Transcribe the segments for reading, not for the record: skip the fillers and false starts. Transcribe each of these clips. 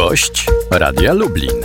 Gość Radia Lublin.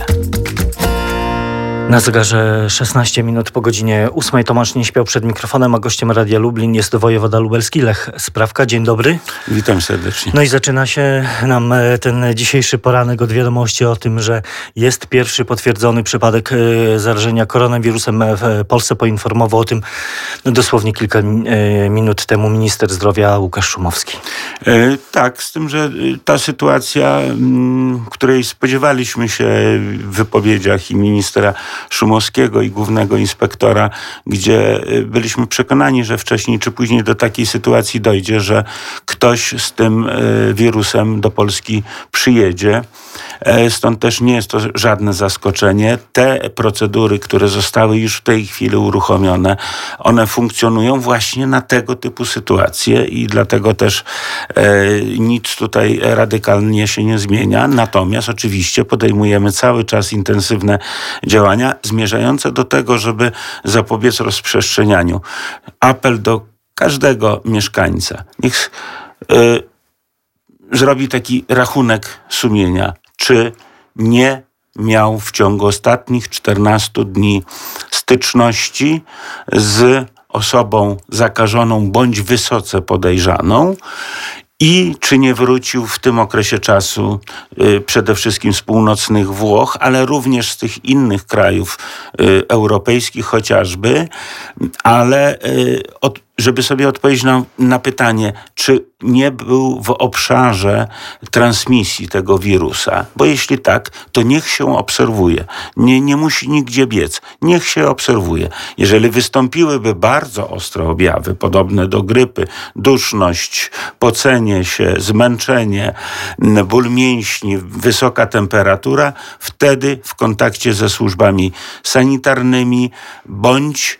Na zegarze 16 minut po godzinie 8. Tomasz nie śpiał przed mikrofonem, a gościem Radia Lublin jest wojewoda lubelski Lech Sprawka. Dzień dobry. Witam serdecznie. No i zaczyna się nam ten dzisiejszy poranek od wiadomości o tym, że jest pierwszy potwierdzony przypadek zarażenia koronawirusem w Polsce. Poinformował o tym dosłownie kilka minut temu minister zdrowia Łukasz Szumowski. Tak, z tym, że ta sytuacja, której spodziewaliśmy się w wypowiedziach i ministra Szumowskiego i głównego inspektora, gdzie byliśmy przekonani, że wcześniej czy później do takiej sytuacji dojdzie, że ktoś z tym wirusem do Polski przyjedzie. Stąd też nie jest to żadne zaskoczenie. Te procedury, które zostały już w tej chwili uruchomione, one funkcjonują właśnie na tego typu sytuacje i dlatego też nic tutaj radykalnie się nie zmienia. Natomiast oczywiście podejmujemy cały czas intensywne działania zmierzające do tego, żeby zapobiec rozprzestrzenianiu. Apel do każdego mieszkańca. Niech zrobi taki rachunek sumienia, czy nie miał w ciągu ostatnich 14 dni styczności z osobą zakażoną bądź wysoce podejrzaną i czy nie wrócił w tym okresie czasu przede wszystkim z północnych Włoch, ale również z tych innych krajów europejskich chociażby, ale żeby sobie odpowiedzieć na pytanie, czy nie był w obszarze transmisji tego wirusa. Bo jeśli tak, to niech się obserwuje. Nie musi nigdzie biec. Niech się obserwuje. Jeżeli wystąpiłyby bardzo ostre objawy, podobne do grypy, duszność, pocenie się, zmęczenie, ból mięśni, wysoka temperatura, wtedy w kontakcie ze służbami sanitarnymi bądź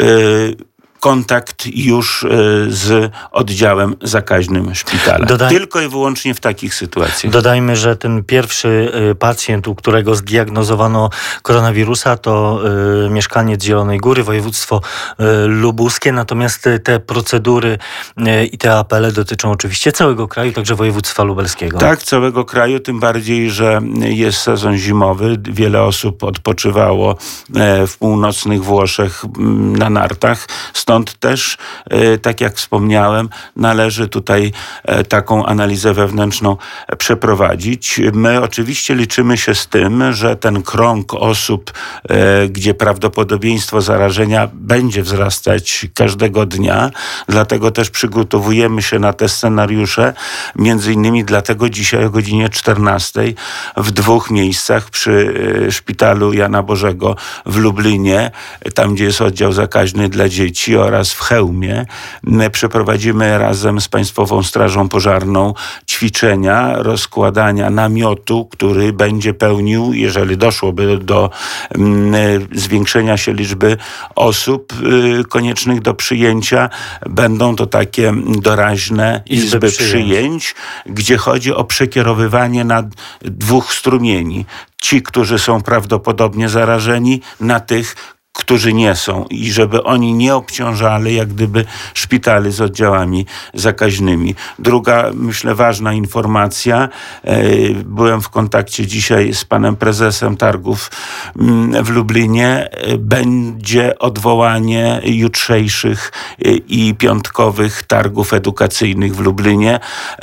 kontakt już z oddziałem zakaźnym szpitala. Tylko i wyłącznie w takich sytuacjach. Dodajmy, że ten pierwszy pacjent, u którego zdiagnozowano koronawirusa, to mieszkaniec Zielonej Góry, województwo lubuskie. Natomiast te procedury i te apele dotyczą oczywiście całego kraju, także województwa lubelskiego. Tak, całego kraju, tym bardziej, że jest sezon zimowy. Wiele osób odpoczywało w północnych Włoszech na nartach. Stąd też, tak jak wspomniałem, należy tutaj taką analizę wewnętrzną przeprowadzić. My oczywiście liczymy się z tym, że ten krąg osób, gdzie prawdopodobieństwo zarażenia będzie wzrastać każdego dnia, dlatego też przygotowujemy się na te scenariusze. Między innymi dlatego dzisiaj o godzinie 14 w 2 miejscach przy Szpitalu Jana Bożego w Lublinie, tam gdzie jest oddział zakaźny dla dzieci, oraz w Chełmie przeprowadzimy razem z Państwową Strażą Pożarną ćwiczenia rozkładania namiotu, który będzie pełnił, jeżeli doszłoby do zwiększenia się liczby osób koniecznych do przyjęcia, będą to takie doraźne izby przyjęć, gdzie chodzi o przekierowywanie na 2 strumieni. Ci, którzy są prawdopodobnie zarażeni, na tych, którzy nie są i żeby oni nie obciążali jak gdyby szpitali z oddziałami zakaźnymi. Druga, myślę, ważna informacja. Byłem w kontakcie dzisiaj z panem prezesem targów w Lublinie. Będzie odwołanie jutrzejszych i piątkowych targów edukacyjnych w Lublinie.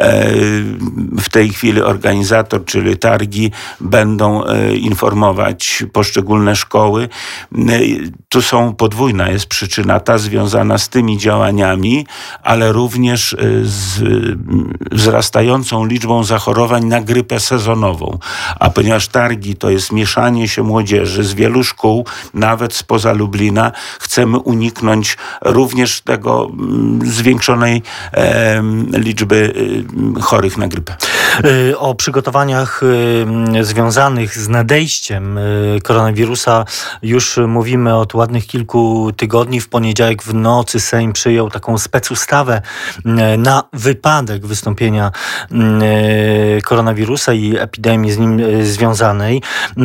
W tej chwili organizator, czyli targi, będą informować poszczególne szkoły. Tu podwójna jest przyczyna, ta związana z tymi działaniami, ale również z wzrastającą liczbą zachorowań na grypę sezonową. A ponieważ targi to jest mieszanie się młodzieży z wielu szkół, nawet spoza Lublina, chcemy uniknąć również tego zwiększonej liczby chorych na grypę. O przygotowaniach związanych z nadejściem koronawirusa już mówimy od ładnych kilku tygodni. W poniedziałek w nocy Sejm przyjął taką specustawę na wypadek wystąpienia koronawirusa i epidemii z nim związanej.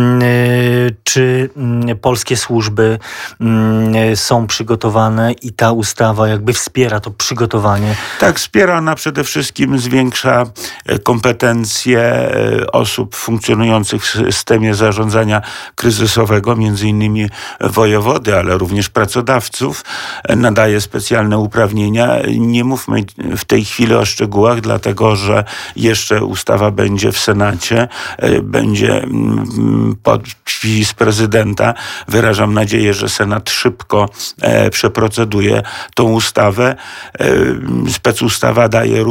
Czy polskie służby są przygotowane i ta ustawa jakby wspiera to przygotowanie? Tak, wspiera. Ona przede wszystkim zwiększa kompetencje kompetencje osób funkcjonujących w systemie zarządzania kryzysowego, między innymi wojewody, ale również pracodawców, nadaje specjalne uprawnienia. Nie mówmy w tej chwili o szczegółach, dlatego że jeszcze ustawa będzie w Senacie, będzie podpis prezydenta. Wyrażam nadzieję, że Senat szybko przeproceduje tą ustawę. Specustawa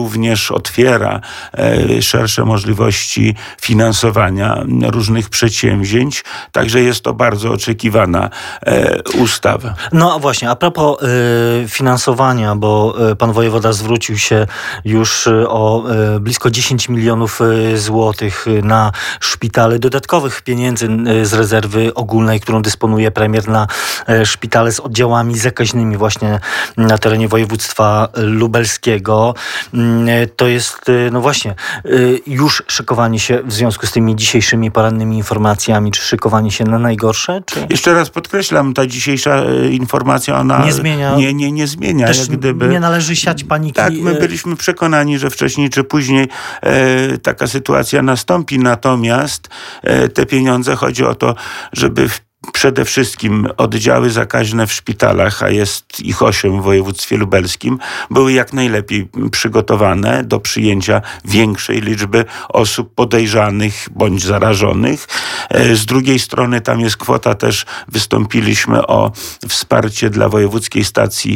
otwiera szersze możliwości finansowania różnych przedsięwzięć, także jest to bardzo oczekiwana ustawa. No a właśnie, a propos finansowania, bo pan wojewoda zwrócił się już o blisko 10 milionów złotych na szpitale, dodatkowych pieniędzy z rezerwy ogólnej, którą dysponuje premier, na szpitale z oddziałami zakaźnymi właśnie na terenie województwa lubelskiego. To jest, no właśnie, już szykowanie się w związku z tymi dzisiejszymi porannymi informacjami, czy szykowanie się na najgorsze? Czy... Jeszcze raz podkreślam, ta dzisiejsza informacja, ona nie zmienia. Nie zmienia. Też jak gdyby, nie należy siać paniki. Tak, my byliśmy przekonani, że wcześniej czy później taka sytuacja nastąpi, natomiast te pieniądze, chodzi o to, żeby przede wszystkim oddziały zakaźne w szpitalach, a jest ich 8 w województwie lubelskim, były jak najlepiej przygotowane do przyjęcia większej liczby osób podejrzanych bądź zarażonych. Z drugiej strony tam jest kwota, też wystąpiliśmy o wsparcie dla Wojewódzkiej Stacji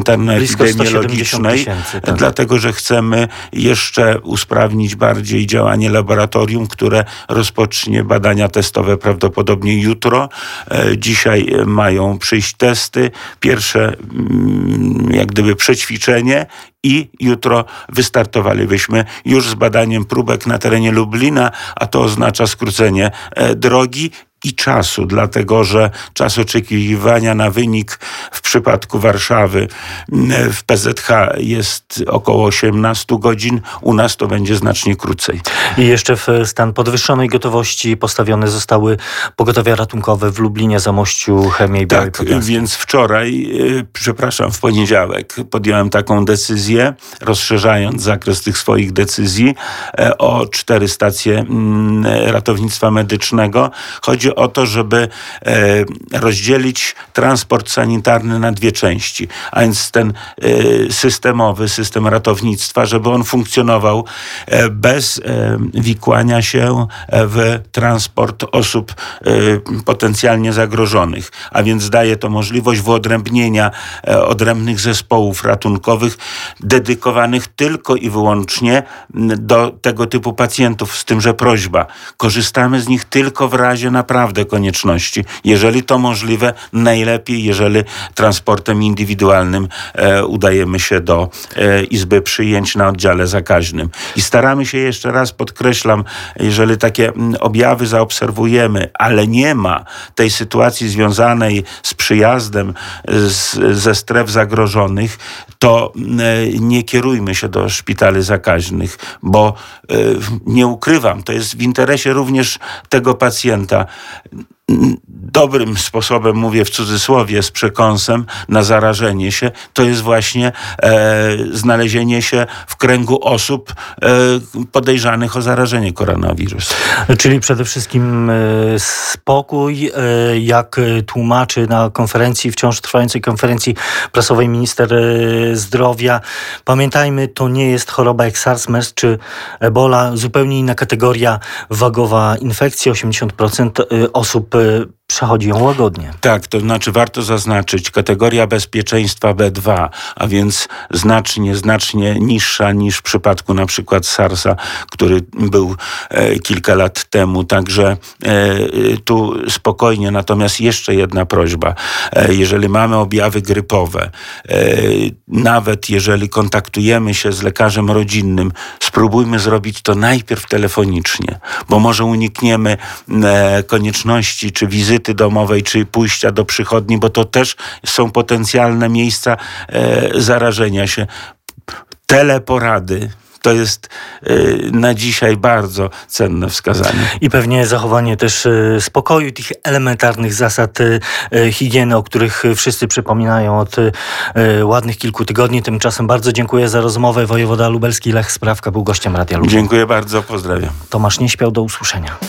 Sanitarno-Epidemiologicznej, tak. Dlatego że chcemy jeszcze usprawnić bardziej działanie laboratorium, które rozpocznie badania testowe prawdopodobnie jutro. Dzisiaj mają przyjść testy, pierwsze jak gdyby przećwiczenie i jutro wystartowalibyśmy już z badaniem próbek na terenie Lublina, a to oznacza skrócenie drogi i czasu, dlatego że czas oczekiwania na wynik w przypadku Warszawy w PZH jest około 18 godzin, u nas to będzie znacznie krócej. I jeszcze w stan podwyższonej gotowości postawione zostały pogotowia ratunkowe w Lublinie, Zamościu, Chemie i Białej Podlaskiej. Więc wczoraj, w poniedziałek podjąłem taką decyzję, rozszerzając zakres tych swoich decyzji o 4 stacje ratownictwa medycznego. Chodzi o to, żeby rozdzielić transport sanitarny na 2 części, a więc ten systemowy system ratownictwa, żeby on funkcjonował bez wikłania się w transport osób potencjalnie zagrożonych, a więc daje to możliwość wyodrębnienia odrębnych zespołów ratunkowych dedykowanych tylko i wyłącznie do tego typu pacjentów, z tym, że prośba, korzystamy z nich tylko w razie naprawdę konieczności. Jeżeli to możliwe, najlepiej, jeżeli transportem indywidualnym udajemy się do izby przyjęć na oddziale zakaźnym. I staramy się, jeszcze raz podkreślam, jeżeli takie objawy zaobserwujemy, ale nie ma tej sytuacji związanej z przyjazdem ze stref zagrożonych, to nie kierujmy się do szpitali zakaźnych, bo nie ukrywam, to jest w interesie również tego pacjenta. Dobrym sposobem, mówię w cudzysłowie, z przekąsem na zarażenie się, to jest właśnie znalezienie się w kręgu osób podejrzanych o zarażenie koronawirusem. Czyli przede wszystkim spokój, jak tłumaczy na konferencji, wciąż trwającej konferencji prasowej minister zdrowia. Pamiętajmy, to nie jest choroba jak SARS, MERS czy Ebola, zupełnie inna kategoria wagowa infekcji. 80% osób przechodzi ją łagodnie. Tak, to znaczy warto zaznaczyć, kategoria bezpieczeństwa B2, a więc znacznie niższa niż w przypadku na przykład SARS-a, który był kilka lat temu. Także tu spokojnie. Natomiast jeszcze jedna prośba. Jeżeli mamy objawy grypowe, nawet jeżeli kontaktujemy się z lekarzem rodzinnym, spróbujmy zrobić to najpierw telefonicznie, bo może unikniemy konieczności czy wizyty domowej, czy pójścia do przychodni, bo to też są potencjalne miejsca zarażenia się. Teleporady, To jest na dzisiaj bardzo cenne wskazanie. I pewnie zachowanie też spokoju, tych elementarnych zasad higieny, o których wszyscy przypominają od ładnych kilku tygodni. Tymczasem bardzo dziękuję za rozmowę. Wojewoda lubelski Lech Sprawka był gościem Radia Lublin. Dziękuję bardzo, pozdrawiam. Tomasz Nieśpiał, do usłyszenia.